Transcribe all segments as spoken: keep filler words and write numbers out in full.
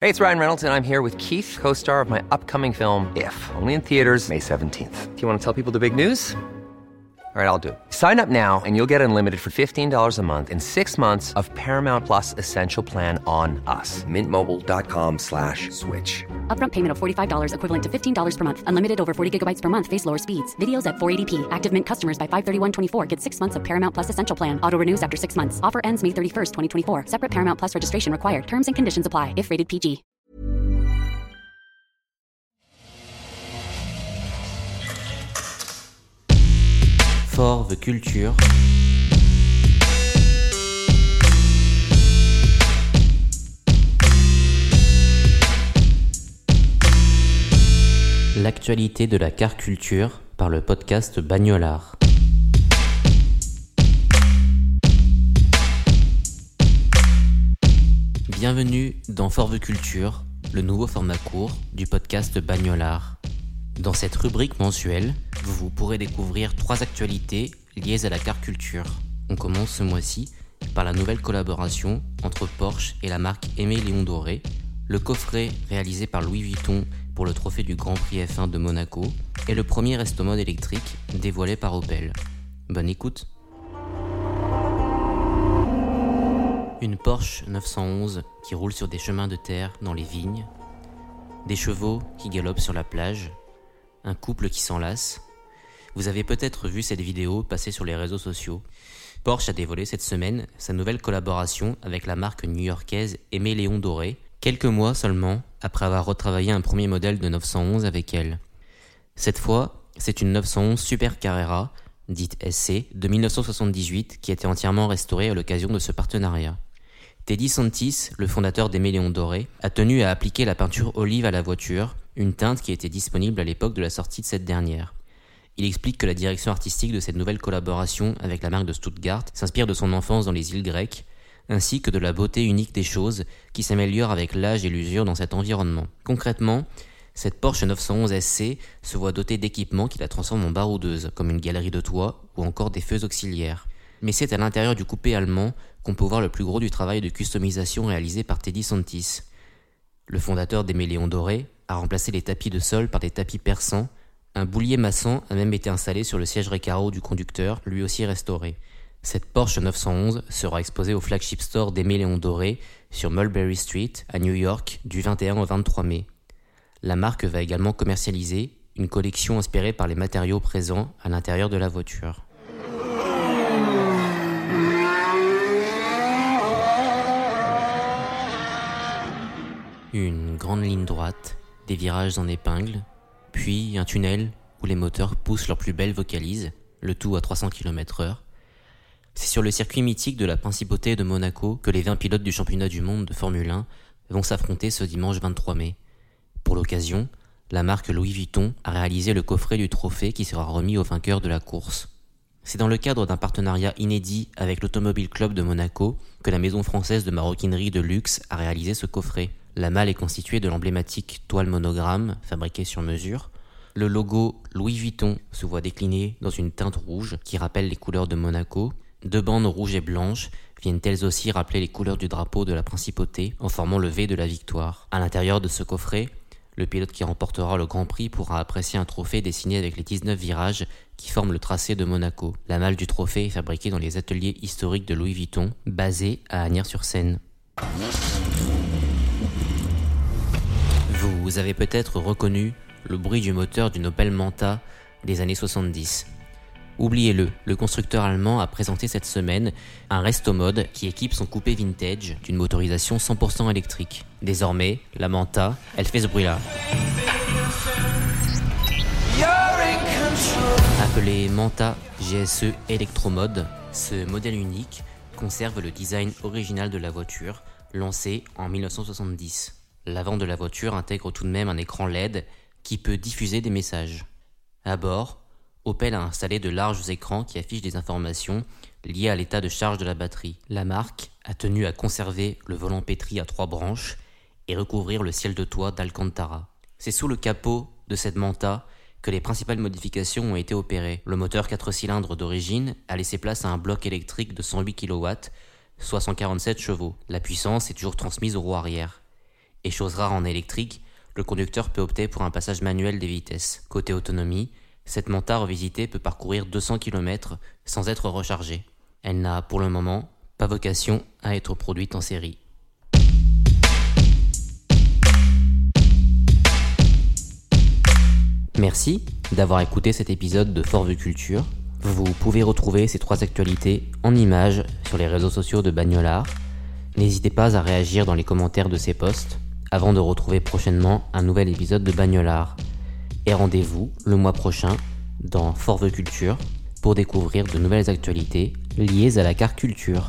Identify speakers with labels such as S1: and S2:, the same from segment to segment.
S1: Hey, it's Ryan Reynolds, and I'm here with Keith, co-star of my upcoming film, If, only in theaters May seventeenth. Do you want to tell people the big news? All right, I'll do it. Sign up now and you'll get unlimited for fifteen dollars a month and six months of Paramount Plus Essential Plan on us. Mint Mobile dot com slash switch.
S2: Upfront payment of forty-five dollars equivalent to fifteen dollars per month. Unlimited over forty gigabytes per month. Face lower speeds. Videos at four eighty p. Active Mint customers by five thirty-one twenty-four get six months of Paramount Plus Essential Plan. Auto renews after six months. Offer ends May thirty-first, twenty twenty-four. Separate Paramount Plus registration required. Terms and conditions apply if rated P G.
S3: For the Culture. L'actualité de la car culture par le podcast Bagnolard. Bienvenue dans For the Culture, le nouveau format court du podcast Bagnolard. Dans cette rubrique mensuelle, vous pourrez découvrir trois actualités liées à la car culture. On commence ce mois-ci par la nouvelle collaboration entre Porsche et la marque Aimé Léon Doré, le coffret réalisé par Louis Vuitton pour le trophée du Grand Prix F un de Monaco et le premier resto-mode électrique dévoilé par Opel. Bonne écoute. Une Porsche neuf cent onze qui roule sur des chemins de terre dans les vignes, des chevaux qui galopent sur la plage, un couple qui s'enlace. Vous avez peut-être vu cette vidéo passer sur les réseaux sociaux. Porsche a dévoilé cette semaine sa nouvelle collaboration avec la marque new-yorkaise Aimé Léon Doré, quelques mois seulement après avoir retravaillé un premier modèle de neuf cent onze avec elle. Cette fois, c'est une neuf cent onze Super Carrera, dite S C, de dix-neuf cent soixante-dix-huit qui a été entièrement restaurée à l'occasion de ce partenariat. Teddy Santis, le fondateur d'Aimé Léon Doré, a tenu à appliquer la peinture olive à la voiture, une teinte qui était disponible à l'époque de la sortie de cette dernière. Il explique que la direction artistique de cette nouvelle collaboration avec la marque de Stuttgart s'inspire de son enfance dans les îles grecques, ainsi que de la beauté unique des choses qui s'améliore avec l'âge et l'usure dans cet environnement. Concrètement, cette Porsche neuf cent onze S C se voit dotée d'équipements qui la transforment en baroudeuse, comme une galerie de toit ou encore des feux auxiliaires. Mais c'est à l'intérieur du coupé allemand qu'on peut voir le plus gros du travail de customisation réalisé par Teddy Santis. Le fondateur d'Aimé Léon Doré a remplacé les tapis de sol par des tapis persans. Un boulier maçon a même été installé sur le siège récaro du conducteur, lui aussi restauré. Cette Porsche neuf cent onze sera exposée au flagship store d'Aimé Léon Doré sur Mulberry Street à New York du vingt et un au vingt-trois mai. La marque va également commercialiser une collection inspirée par les matériaux présents à l'intérieur de la voiture. Une grande ligne droite, des virages en épingle, puis un tunnel où les moteurs poussent leurs plus belles vocalises, le tout à trois cents kilomètres heure. C'est sur le circuit mythique de la Principauté de Monaco que les vingt pilotes du championnat du monde de Formule un vont s'affronter ce dimanche vingt-trois mai. Pour l'occasion, la marque Louis Vuitton a réalisé le coffret du trophée qui sera remis aux vainqueurs de la course. C'est dans le cadre d'un partenariat inédit avec l'Automobile Club de Monaco que la maison française de maroquinerie de luxe a réalisé ce coffret. La malle est constituée de l'emblématique toile monogramme fabriquée sur mesure. Le logo Louis Vuitton se voit décliné dans une teinte rouge qui rappelle les couleurs de Monaco. Deux bandes rouges et blanches viennent elles aussi rappeler les couleurs du drapeau de la principauté en formant le V de la victoire. À l'intérieur de ce coffret, le pilote qui remportera le Grand Prix pourra apprécier un trophée dessiné avec les dix-neuf virages qui forment le tracé de Monaco. La malle du trophée est fabriquée dans les ateliers historiques de Louis Vuitton, basés à Asnières-sur-Seine. Vous avez peut-être reconnu le bruit du moteur d'une Opel Manta des années soixante-dix. Oubliez-le, le constructeur allemand a présenté cette semaine un resto-mode qui équipe son coupé vintage d'une motorisation cent pour cent électrique. Désormais, la Manta, elle fait ce bruit-là. Appelé Manta G S E Electromode, ce modèle unique conserve le design original de la voiture, lancé en dix-neuf cent soixante-dix. L'avant de la voiture intègre tout de même un écran L E D qui peut diffuser des messages. À bord, Opel a installé de larges écrans qui affichent des informations liées à l'état de charge de la batterie. La marque a tenu à conserver le volant pétri à trois branches et recouvrir le ciel de toit d'Alcantara. C'est sous le capot de cette Manta que les principales modifications ont été opérées. Le moteur quatre cylindres d'origine a laissé place à un bloc électrique de cent huit kilowatts, soit cent quarante-sept chevaux. La puissance est toujours transmise au roue arrière. Et chose rare en électrique, le conducteur peut opter pour un passage manuel des vitesses. Côté autonomie, cette Manta revisitée peut parcourir deux cents kilomètres sans être rechargée. Elle n'a, pour le moment, pas vocation à être produite en série. Merci d'avoir écouté cet épisode de Fort Vue Culture. Vous pouvez retrouver ces trois actualités en images sur les réseaux sociaux de Bagnolard. N'hésitez pas à réagir dans les commentaires de ces posts avant de retrouver prochainement un nouvel épisode de Bagnolard. Et rendez-vous le mois prochain dans Fort Vue Culture pour découvrir de nouvelles actualités liées à la car culture.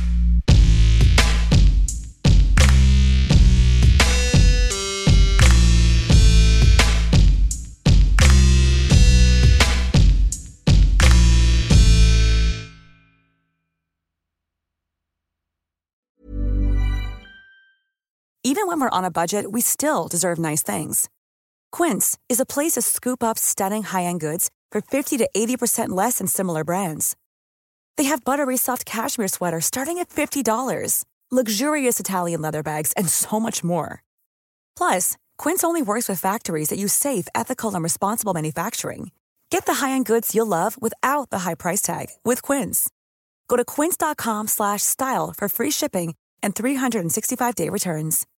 S4: Even when we're on a budget, we still deserve nice things. Quince is a place to scoop up stunning high-end goods for fifty to eighty percent less than similar brands. They have buttery soft cashmere sweaters starting at fifty dollars, luxurious Italian leather bags, and so much more. Plus, Quince only works with factories that use safe, ethical, and responsible manufacturing. Get the high-end goods you'll love without the high price tag with Quince. Go to quince.com slash style for free shipping and three sixty-five day returns.